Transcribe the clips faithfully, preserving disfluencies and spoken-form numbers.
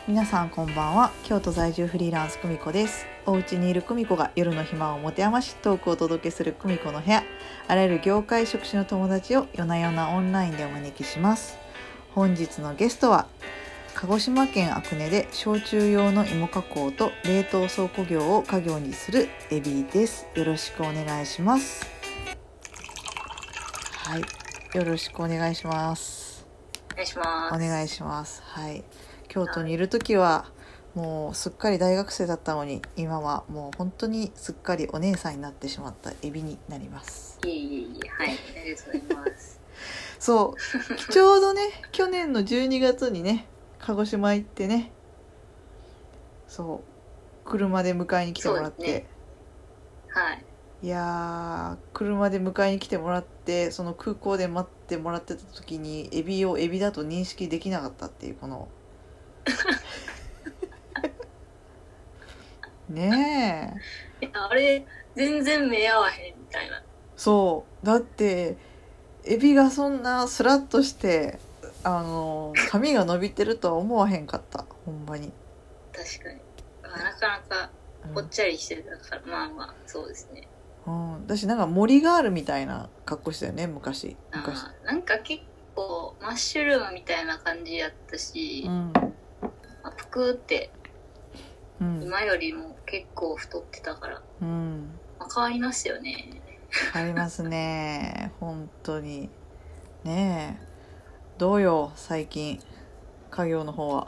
皆さんこんばんは。京都在住フリーランス久美子です。お家にいる久美子が夜の暇を持て余しトークをお届けする久美子の部屋。あらゆる業界職種の友達を夜な夜なオンラインでお招きします。本日のゲストは鹿児島県阿久根で焼酎用の芋加工と冷凍倉庫業を家業にするエビです。よろしくお願いします。はい、よろしくお願いします。 お願いします。 お願いします。はい。京都にいるときはもうすっかり大学生だったのに、今はもう本当にすっかりお姉さんになってしまったエビになります。 いえいえいえ、はい、ありがとうございます。 そうちょうどね去年のじゅうにがつにね鹿児島行ってね、そう車で迎えに来てもらって、 ね、はい、 いやー車で迎えに来てもらって、その空港で待ってもらってた時にエビをエビだと認識できなかったっていう、このねえ、あれ全然目合わへんみたいな。 そうだってエビがそんなスラッとしてあの髪が伸びてるとは思わへんかった、ほんまに。 確かに、まあ、なかなかぽっちゃりしてたから、うん、まあまあそうですね。 うん、だしなんか森があるみたいな格好してたよね、昔。昔あなんか結構マッシュルームみたいな感じやったし、 うん、 まあ、ぷくって、 うん、 今よりも結構太ってたから、 うん、 まあ、変わりますよね。 ありますね本当にね。えどうよ最近家業の方は。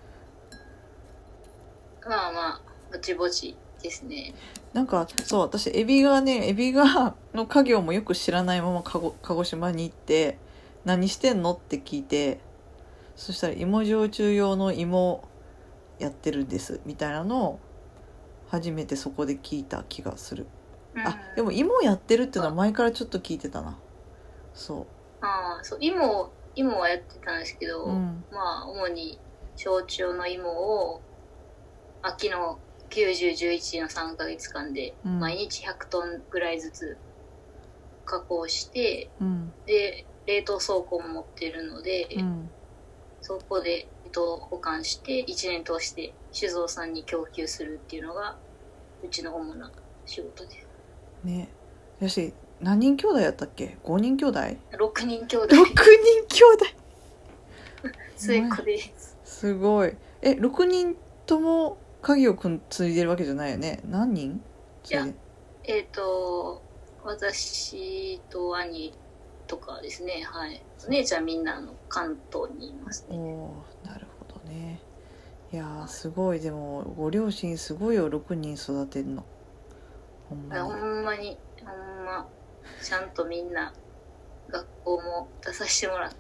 まあまあぼちぼちですね。 なんかそう私エビがねエビがの家業もよく知らないまま鹿児、鹿児島に行って何してんのって聞いて、そしたら芋焼酎用の芋やってるんですみたいなのを初めてそこで聞いた気がする。あ、でも芋やってるっていうのは前からちょっと聞いてたな。そうああ、そう、芋、芋はやってたんですけど、 うん、 まあ、主に焼酎の芋を、秋のきゅうじゅう、じゅういちのさんかげつかんで、毎日ひゃくトンぐらいずつ加工して、 うん、 で、冷凍倉庫も持ってるので、 うん、 そこで冷凍保管して、いちねん通して酒造さんに供給するっていうのが、うちの主な仕事です。 ね。よし、何人兄弟やったっけ？ ご 人兄弟？ ろくにん兄弟。 ろくにん兄弟末っ子です。 すごい。え、ろくにんとも鍵を継いでるわけじゃないよね。何人継いで？ えっ、ー、と私と兄とかですね。はい。お姉ちゃんみんなあの関東にいますね。 おー、なるほどね。いやーすごい。でもご両親すごいよ、ろくにん育てるの。ほんまに。 ほんまにほんまちゃんとみんな学校も出させてもらって、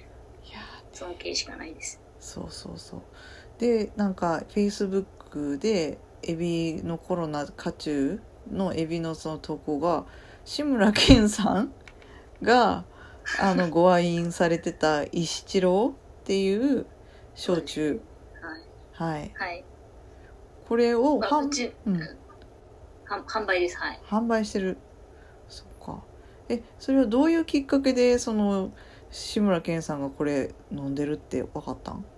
いや尊敬しかないです。 そうそうそう。でなんかフェイスブックでエビのコロナ渦中のエビのその投稿が、志村けんさんがあのご愛飲されてた石チロっていう焼酎、はい、はい、 はい、 これをは、うち、 うん、 販売です。はい、 販売してる。そっか。え、それはどういうきっかけでその志村けんさんがこれ飲んでるって分かったん？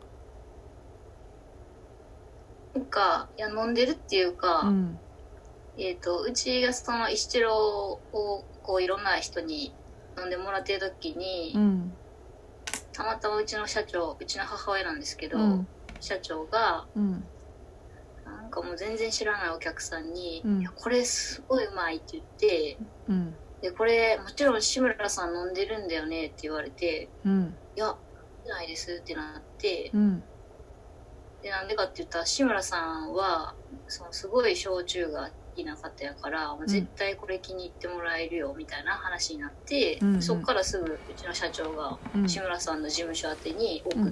なんかいや飲んでるっていうか、うん、えっ、ー、とうちがその石チロをこういろんな人に飲んでもらってる時に、うん、たまたまうちの社長、うちの母親なんですけど、うん、社長が、うん、なんかもう全然知らないお客さんに、うん、いやこれすごいうまいって言って、うん、でこれもちろん志村さん飲んでるんだよねって言われて、うん、いやないですってなって、うん、でなんでかって言ったら志村さんはそのすごい焼酎が好きな方やから、うん、絶対これ気に入ってもらえるよみたいな話になって、うんうん、そっからすぐうちの社長が志村さんの事務所宛てに送って、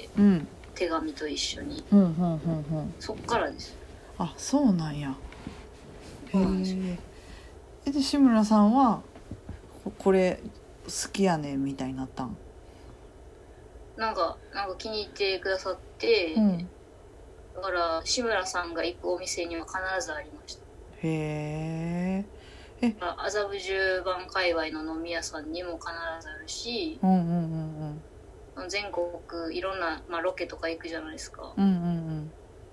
うんうん、手紙と一緒に、うんうんうんうん、そっからです。 あ、そうなんや。へえ。で志村さんはこれ好きやねんみたいになったん？ なんかなんか気に入ってくださって、うん、だから志村さんが行くお店には必ずありました。 へえ。 麻布十番界隈の飲み屋さんにも必ずあるし、 うんうんうんうん、 全国いろんな、まあ、ロケとか行くじゃないですか、 うんうんうん、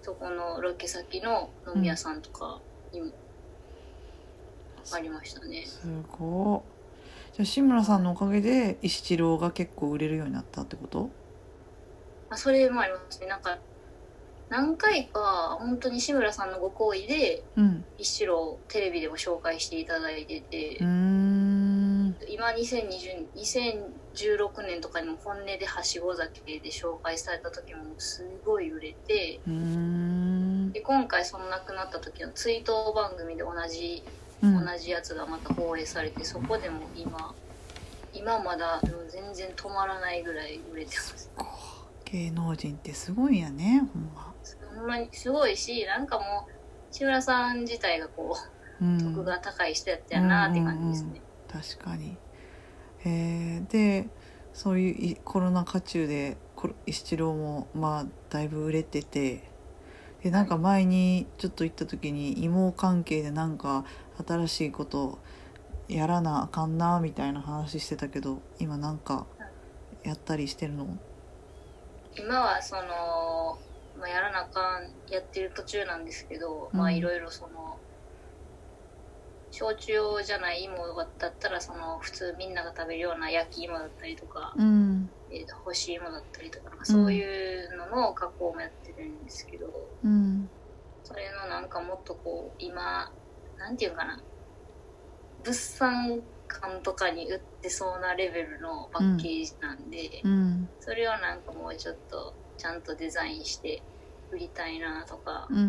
そこのロケ先の飲み屋さんとかにもありましたね、 うん、すごい。じゃあ志村さんのおかげで石郎が結構売れるようになったってこと？ あ、それもありますね。なんか何回か本当に志村さんのご厚意で、うん、石郎をテレビでも紹介していただいてて、うーん、今にせんにじゅう、にせんじゅうろくねんとかにも本音ではしご酒で紹介された時もすごい売れて、うーん、で今回その亡くなった時の追悼番組で同じ、うん、同じやつがまた放映されて、そこでも今今まだ全然止まらないぐらい売れてます。 芸能人ってすごいやね、ほんま。 ほんまにすごいし、なんかもう志村さん自体がこう、うん、徳が高い人やったやなって感じですね、うんうんうん、 確かに。えー、でそういうコロナ禍中で石郎もまあだいぶ売れてて、でなんか前にちょっと行った時に芋関係でなんか新しいことやらなあかんなみたいな話してたけど、今なんかやったりしてるの？ 今はその、まあ、やらなあかんやってる途中なんですけど、うん、まあいろいろその焼酎用じゃない芋だったらその普通みんなが食べるような焼き芋だったりとか、うん、えー、干し芋だったりとか、そういうのの加工もやってるんですけど、うん、それのなんかもっとこう今なんていうかな、物産館とかに売ってそうなレベルのパッケージなんで、うん、それをなんかもうちょっとちゃんとデザインして売りたいなとか、うんうんうん、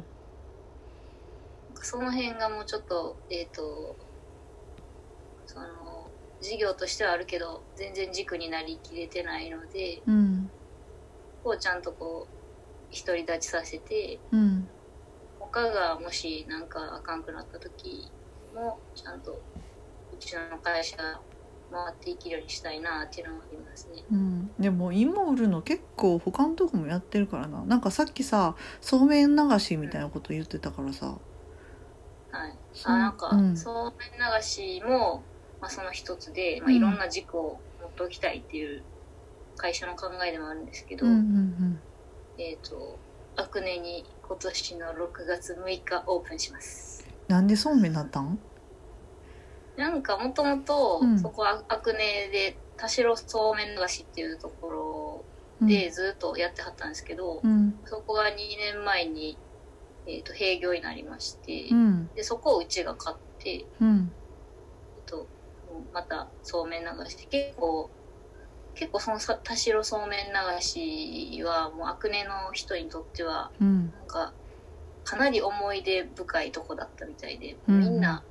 その辺がもうちょっとえっとその事業としてはあるけど全然軸になりきれてないので、うん、こうちゃんとこう独り立ちさせて、うん、他がもしなんかあかんくなった時もちゃんとうちの会社回っていけるようにしたいなっていうのがありますね、 うん、でも芋売るの結構他のとこもやってるからな。なんかさっきさそうめん流しみたいなこと言ってたからさ、 うん、はい、あ、なんか、うん、そうめん流しも、まあ、その一つで、まあ、いろんな軸を持っておきたいっていう会社の考えでもあるんですけど、うんうんうん、えっとアクネに今年のろくがつむいかオープンします。 なんでそうめんだったん？ なんかもともとそこはアクネで田代そうめん流しっていうところでずっとやってはったんですけど、うん、そこがにねんまえに、えー、と閉業になりまして、うん、でそこをうちが買って、うんえー、とまたそうめん流して結構結構その田代そうめん流しはもうアクネの人にとってはなんかかなり思い出深いとこだったみたいで、うん、みんな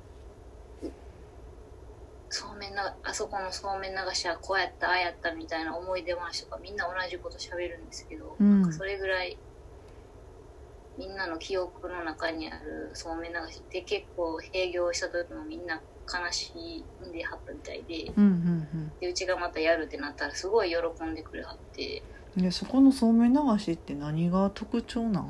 そうめんなあそこのそうめん流しはこうやったああやったみたいな思い出話とかみんな同じこと喋るんですけど、うん、なんかそれぐらいみんなの記憶の中にあるそうめん流しって結構閉業した時もみんな悲しんではったみたいで、うんうんうん、でうちがまたやるってなったらすごい喜んでくれはって。 でそこのそうめん流しって何が特徴なん？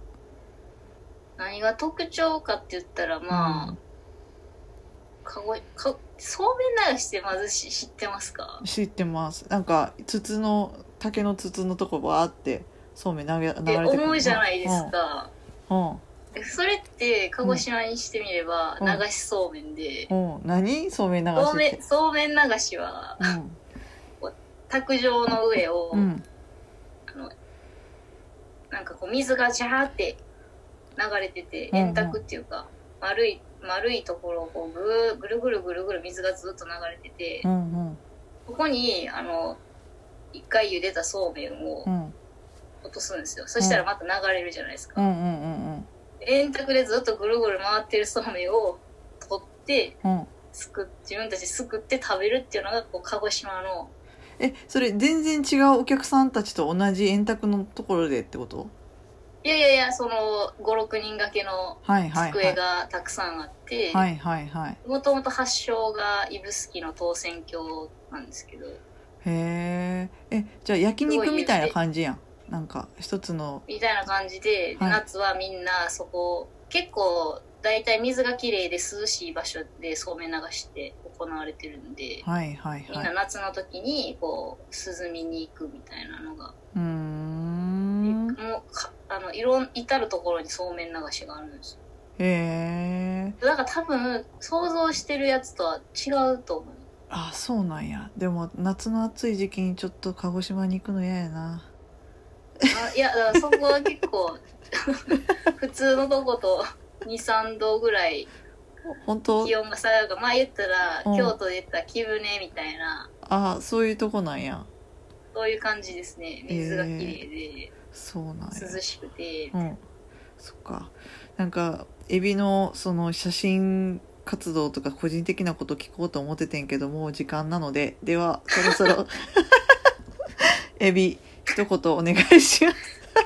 何が特徴かって言ったらまあ、うん、かごかそうめん流しってまず知ってますか？ 知ってます。なんか筒の竹の筒のとこバーってそうめん流れてくるって思うじゃないですか、うんうん、それって鹿児島にしてみれば流しそうめんで、 うんうん、何？そうめん流しってそうめん、 そうめん流しは、うん、卓上の上を、うん、あのなんかこう水がジャーって流れてて円卓っていうか、うんうん、丸い丸いところをこうぐぐるぐるぐるぐる水がずっと流れてて、うんうん、ここにあの一回茹でたそうめんを落とすんですよ、うん、そしたらまた流れるじゃないですか、うんうんうんうん、円卓でずっとぐるぐる回ってるそうめんを取って、うん、すく自分たちすくって食べるっていうのがこう鹿児島の。 えそれ全然違うお客さんたちと同じ円卓のところでってこと？ いやいやいや、そのごろくにん掛けの机がたくさんあって、はいはいはい、もともと発祥が指宿の当選郷なんですけど。 へえ、じゃあ焼肉みたいな感じやん。なんか一つのみたいな感じで、はい、夏はみんなそこ結構だいたい水がきれいで涼しい場所でそうめん流して行われてるんで、はいはいはい、みんな夏の時にこう涼みに行くみたいなのが、うーん、もうあののいろん至るところにそうめん流しがあるんですよ。 へえ。 だから多分想像してるやつとは違うと思う。 あ、そうなんや。でも夏の暑い時期にちょっと鹿児島に行くの嫌やな。 あ、いや、だからそこは結構普通のとことに、さんどぐらい本当気温が下がるから、まあ言ったら、 うん、 京都で言ったら貴船みたいな。 あ、そういうとこなんや。 そういう感じですね。水が綺麗で、 えー、そうなんや。 涼しくて、 うん、そっか。なんかエビのその写真活動とか個人的なこと聞こうと思っててんけどもう時間なので、ではそろそろエビ一言お願いします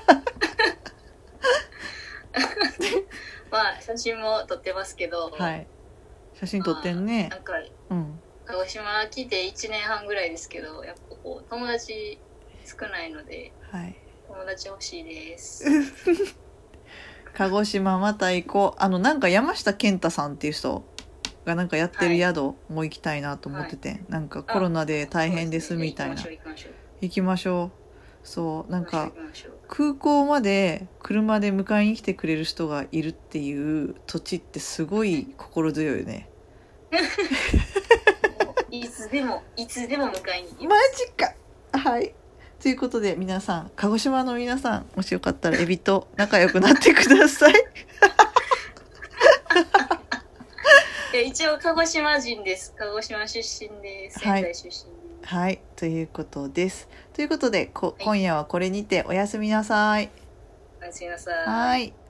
まあ写真も撮ってますけど、 はい、写真撮ってんね、 まあ、なんか、 うん、 鹿児島来ていちねんはんぐらいですけど、やっぱこう友達少ないので、 はい、 友達欲しいです鹿児島また行こう。あのなんか山下健太さんっていう人がなんかやってる宿も行きたいなと思ってて、はい、なんかコロナで大変ですみたいな。行きましょう行きましょう。そうなんか空港まで車で迎えに来てくれる人がいるっていう土地ってすごい心強いよねいつでもいつでも迎えに行きます。マジか。はいということで皆さん、鹿児島の皆さん、もしよかったらエビと仲良くなってくださいいや一応鹿児島人です。鹿児島出身です。仙台出身です。 はい、はい、ということです。ということでこ、はい、今夜はこれにておやすみなさい。 おやすみなさい。 はい。